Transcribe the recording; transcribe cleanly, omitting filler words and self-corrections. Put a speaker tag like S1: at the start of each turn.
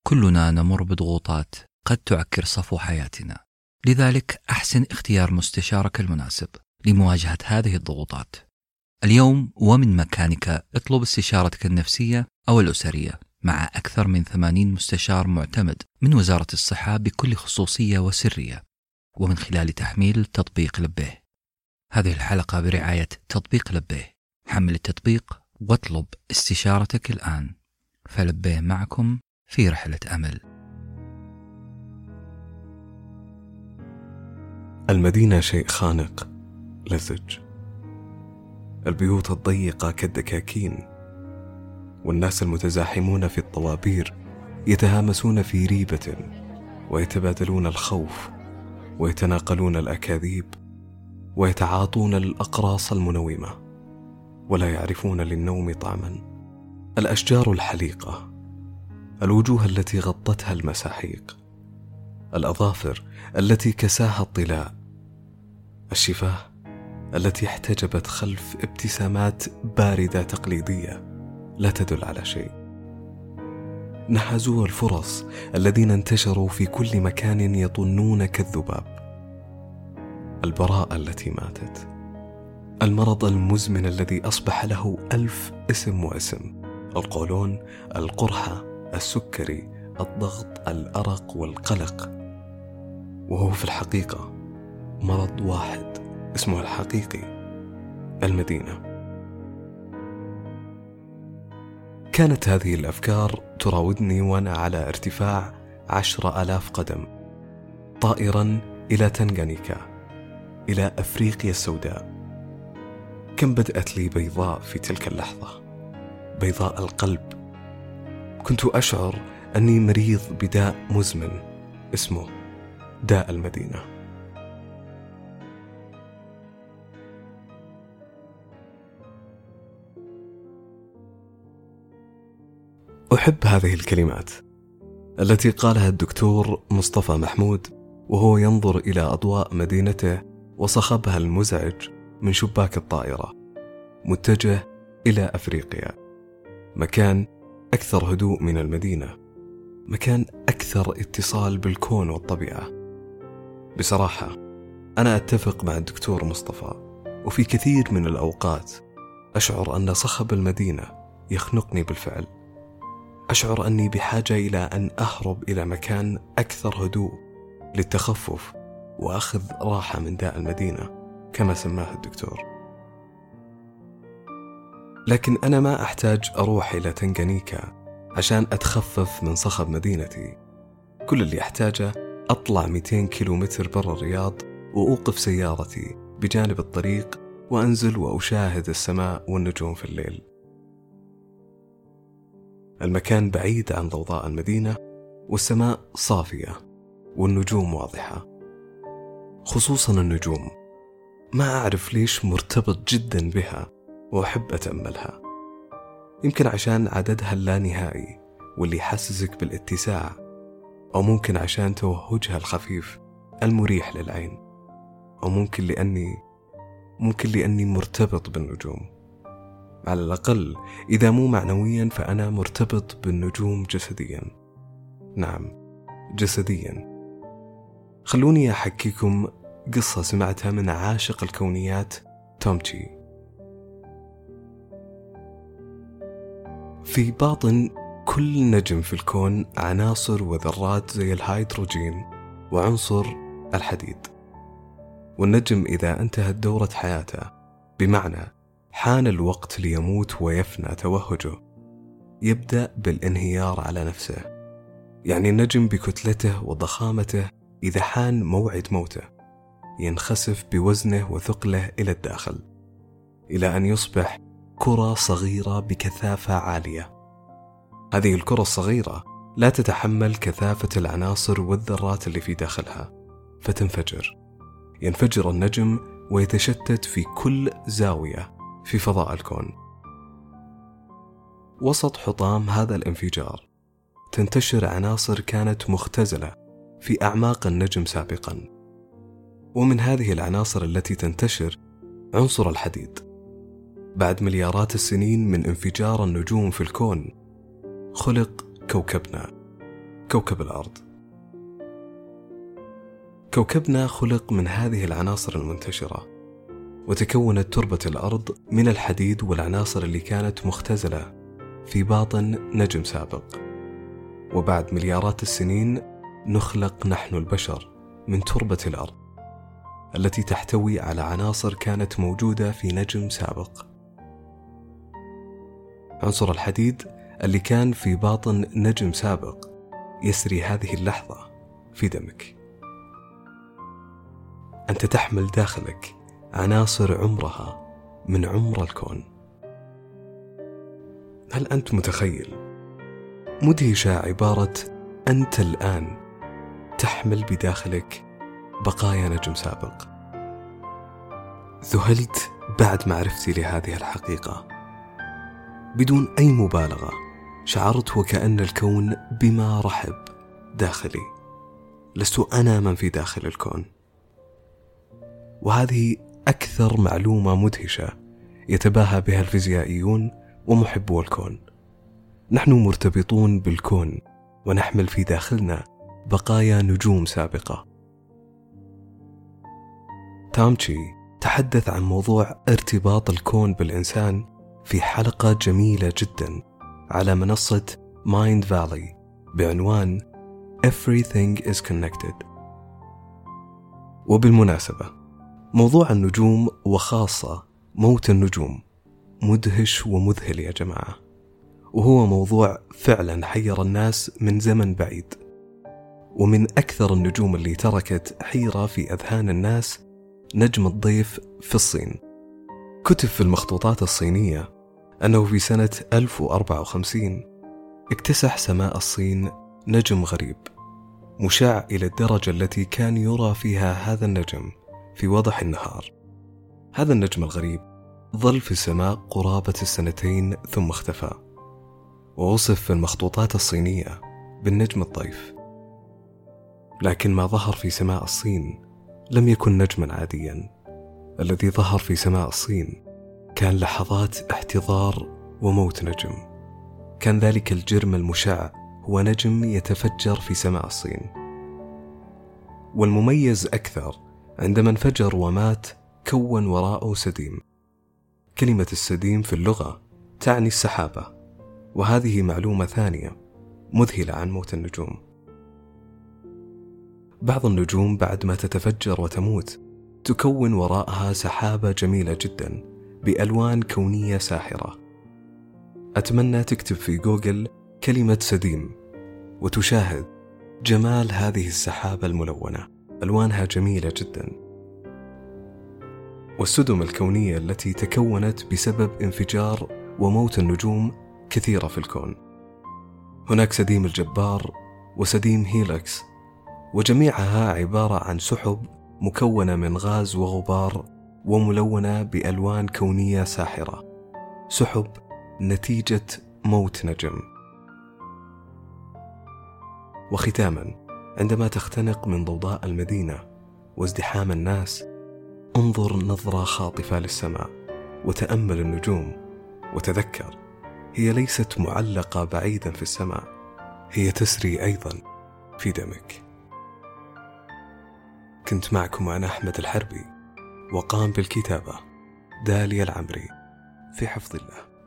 S1: كلنا نمر بضغوطات قد تعكر صفو حياتنا، لذلك أحسن اختيار مستشارك المناسب لمواجهة هذه الضغوطات. اليوم ومن مكانك اطلب استشارتك النفسية أو الأسرية مع أكثر من 80 مستشار معتمد من وزارة الصحة بكل خصوصية وسرية، ومن خلال تحميل تطبيق لبيه. هذه الحلقة برعاية تطبيق لبيه. حمل التطبيق واطلب استشارتك الآن، فلبيه معكم في رحلة أمل.
S2: المدينة شيء خانق لزج، البيوت الضيقة كالدكاكين، والناس المتزاحمون في الطوابير يتهامسون في ريبة ويتبادلون الخوف ويتناقلون الأكاذيب ويتعاطون الأقراص المنومة ولا يعرفون للنوم طعما. الأشجار الحليقة، الوجوه التي غطتها المساحيق، الأظافر التي كساها الطلاء، الشفاه التي احتجبت خلف ابتسامات باردة تقليدية لا تدل على شيء. نهزوا الفرص الذين انتشروا في كل مكان يطنون كالذباب، البراءة التي ماتت، المرض المزمن الذي أصبح له 1000 اسم واسم، القولون، القرحة، السكري، الضغط، الأرق والقلق، وهو في الحقيقة مرض واحد اسمه الحقيقي: المدينة. كانت هذه الأفكار تراودني وأنا على ارتفاع 10,000 قدم، طائرا إلى تنغانيكا، إلى أفريقيا السوداء. كم بدأت لي بيضاء في تلك اللحظة، بيضاء القلب. كنت أشعر أني مريض بداء مزمن اسمه داء المدينة. أحب هذه الكلمات التي قالها الدكتور مصطفى محمود وهو ينظر إلى أضواء مدينته وصخبها المزعج من شباك الطائرة، متجه إلى أفريقيا، مكان أكثر هدوء من المدينة، مكان أكثر اتصال بالكون والطبيعة. بصراحة أنا أتفق مع الدكتور مصطفى، وفي كثير من الأوقات أشعر أن صخب المدينة يخنقني بالفعل. أشعر أني بحاجة إلى أن أهرب إلى مكان أكثر هدوء للتخفف وأخذ راحة من داء المدينة كما سماه الدكتور. لكن أنا ما أحتاج أروح إلى تنغانيكا عشان أتخفف من صخب مدينتي. كل اللي أحتاجه أطلع 200 كيلومتر برا الرياض وأوقف سيارتي بجانب الطريق وأنزل وأشاهد السماء والنجوم في الليل. المكان بعيد عن ضوضاء المدينة، والسماء صافية والنجوم واضحة، خصوصا النجوم. ما أعرف ليش مرتبط جدا بها وأحب أتأملها. يمكن عشان عددها اللانهائي واللي يحسسك بالاتساع، أو ممكن عشان توهجها الخفيف المريح للعين، أو ممكن لأني مرتبط بالنجوم. على الأقل إذا مو معنويا فأنا مرتبط بالنجوم جسديا. نعم، جسديا. خلوني أحكيكم قصة سمعتها من عاشق الكونيات توم تشي. في باطن كل نجم في الكون عناصر وذرات زي الهيدروجين وعنصر الحديد. والنجم إذا انتهت دورة حياته، بمعنى حان الوقت ليموت ويفنى توهجه، يبدأ بالانهيار على نفسه. يعني النجم بكتلته وضخامته إذا حان موعد موته ينخسف بوزنه وثقله إلى الداخل، إلى أن يصبح كرة صغيرة بكثافة عالية. هذه الكرة الصغيرة لا تتحمل كثافة العناصر والذرات اللي في داخلها فتنفجر. ينفجر النجم ويتشتت في كل زاوية في فضاء الكون. وسط حطام هذا الانفجار تنتشر عناصر كانت مختزلة في أعماق النجم سابقا، ومن هذه العناصر التي تنتشر عنصر الحديد. بعد مليارات السنين من انفجار النجوم في الكون خلق كوكبنا، كوكب الأرض. كوكبنا خلق من هذه العناصر المنتشرة، وتكونت تربة الأرض من الحديد والعناصر اللي كانت مختزلة في باطن نجم سابق. وبعد مليارات السنين نخلق نحن البشر من تربة الأرض التي تحتوي على عناصر كانت موجودة في نجم سابق. عنصر الحديد اللي كان في باطن نجم سابق يسري هذه اللحظة في دمك. أنت تحمل داخلك عناصر عمرها من عمر الكون. هل أنت متخيل؟ مدهشة عبارة أنت الآن تحمل بداخلك بقايا نجم سابق. ذهلت بعد معرفتي لهذه الحقيقة. بدون أي مبالغة شعرت وكأن الكون بما رحب داخلي. لست أنا من في داخل الكون. وهذه أكثر معلومة مدهشة يتباهى بها الفيزيائيون ومحبو الكون. نحن مرتبطون بالكون ونحمل في داخلنا بقايا نجوم سابقة. تامتشي تحدث عن موضوع ارتباط الكون بالإنسان في حلقة جميلة جدا على منصة Mind Valley بعنوان Everything is Connected. وبالمناسبة موضوع النجوم وخاصة موت النجوم مدهش ومذهل يا جماعة، وهو موضوع فعلا حير الناس من زمن بعيد. ومن أكثر النجوم اللي تركت حيرة في أذهان الناس نجم الضيف في الصين. كتب في المخطوطات الصينية أنه في سنة 1054 اكتسح سماء الصين نجم غريب مشع إلى الدرجة التي كان يرى فيها هذا النجم في وضح النهار. هذا النجم الغريب ظل في السماء قرابة 2 ثم اختفى، ووصف في المخطوطات الصينية بالنجم الضيف. لكن ما ظهر في سماء الصين لم يكن نجما عاديا. الذي ظهر في سماء الصين كان لحظات احتضار وموت نجم. كان ذلك الجرم المشع هو نجم يتفجر في سماء الصين. والمميز أكثر عندما انفجر ومات كون وراءه سديم. كلمة السديم في اللغة تعني السحابة، وهذه معلومة ثانية مذهلة عن موت النجوم. بعض النجوم بعد ما تتفجر وتموت تكون وراءها سحابة جميلة جدا بألوان كونية ساحرة. أتمنى تكتب في جوجل كلمة سديم وتشاهد جمال هذه السحابة الملونة. ألوانها جميلة جدا. والسدم الكونية التي تكونت بسبب انفجار وموت النجوم كثيرة في الكون. هناك سديم الجبار وسديم هيلكس، وجميعها عبارة عن سحب مكونة من غاز وغبار وملونة بألوان كونية ساحرة. سحب نتيجة موت نجم. وختاما، عندما تختنق من ضوضاء المدينة وازدحام الناس، انظر نظرة خاطفة للسماء وتأمل النجوم، وتذكر هي ليست معلقة بعيدا في السماء، هي تسري أيضا في دمك. كنت معكم أنا أحمد الحربي، وقام بالكتابة داليا العمري، في حفظ الله.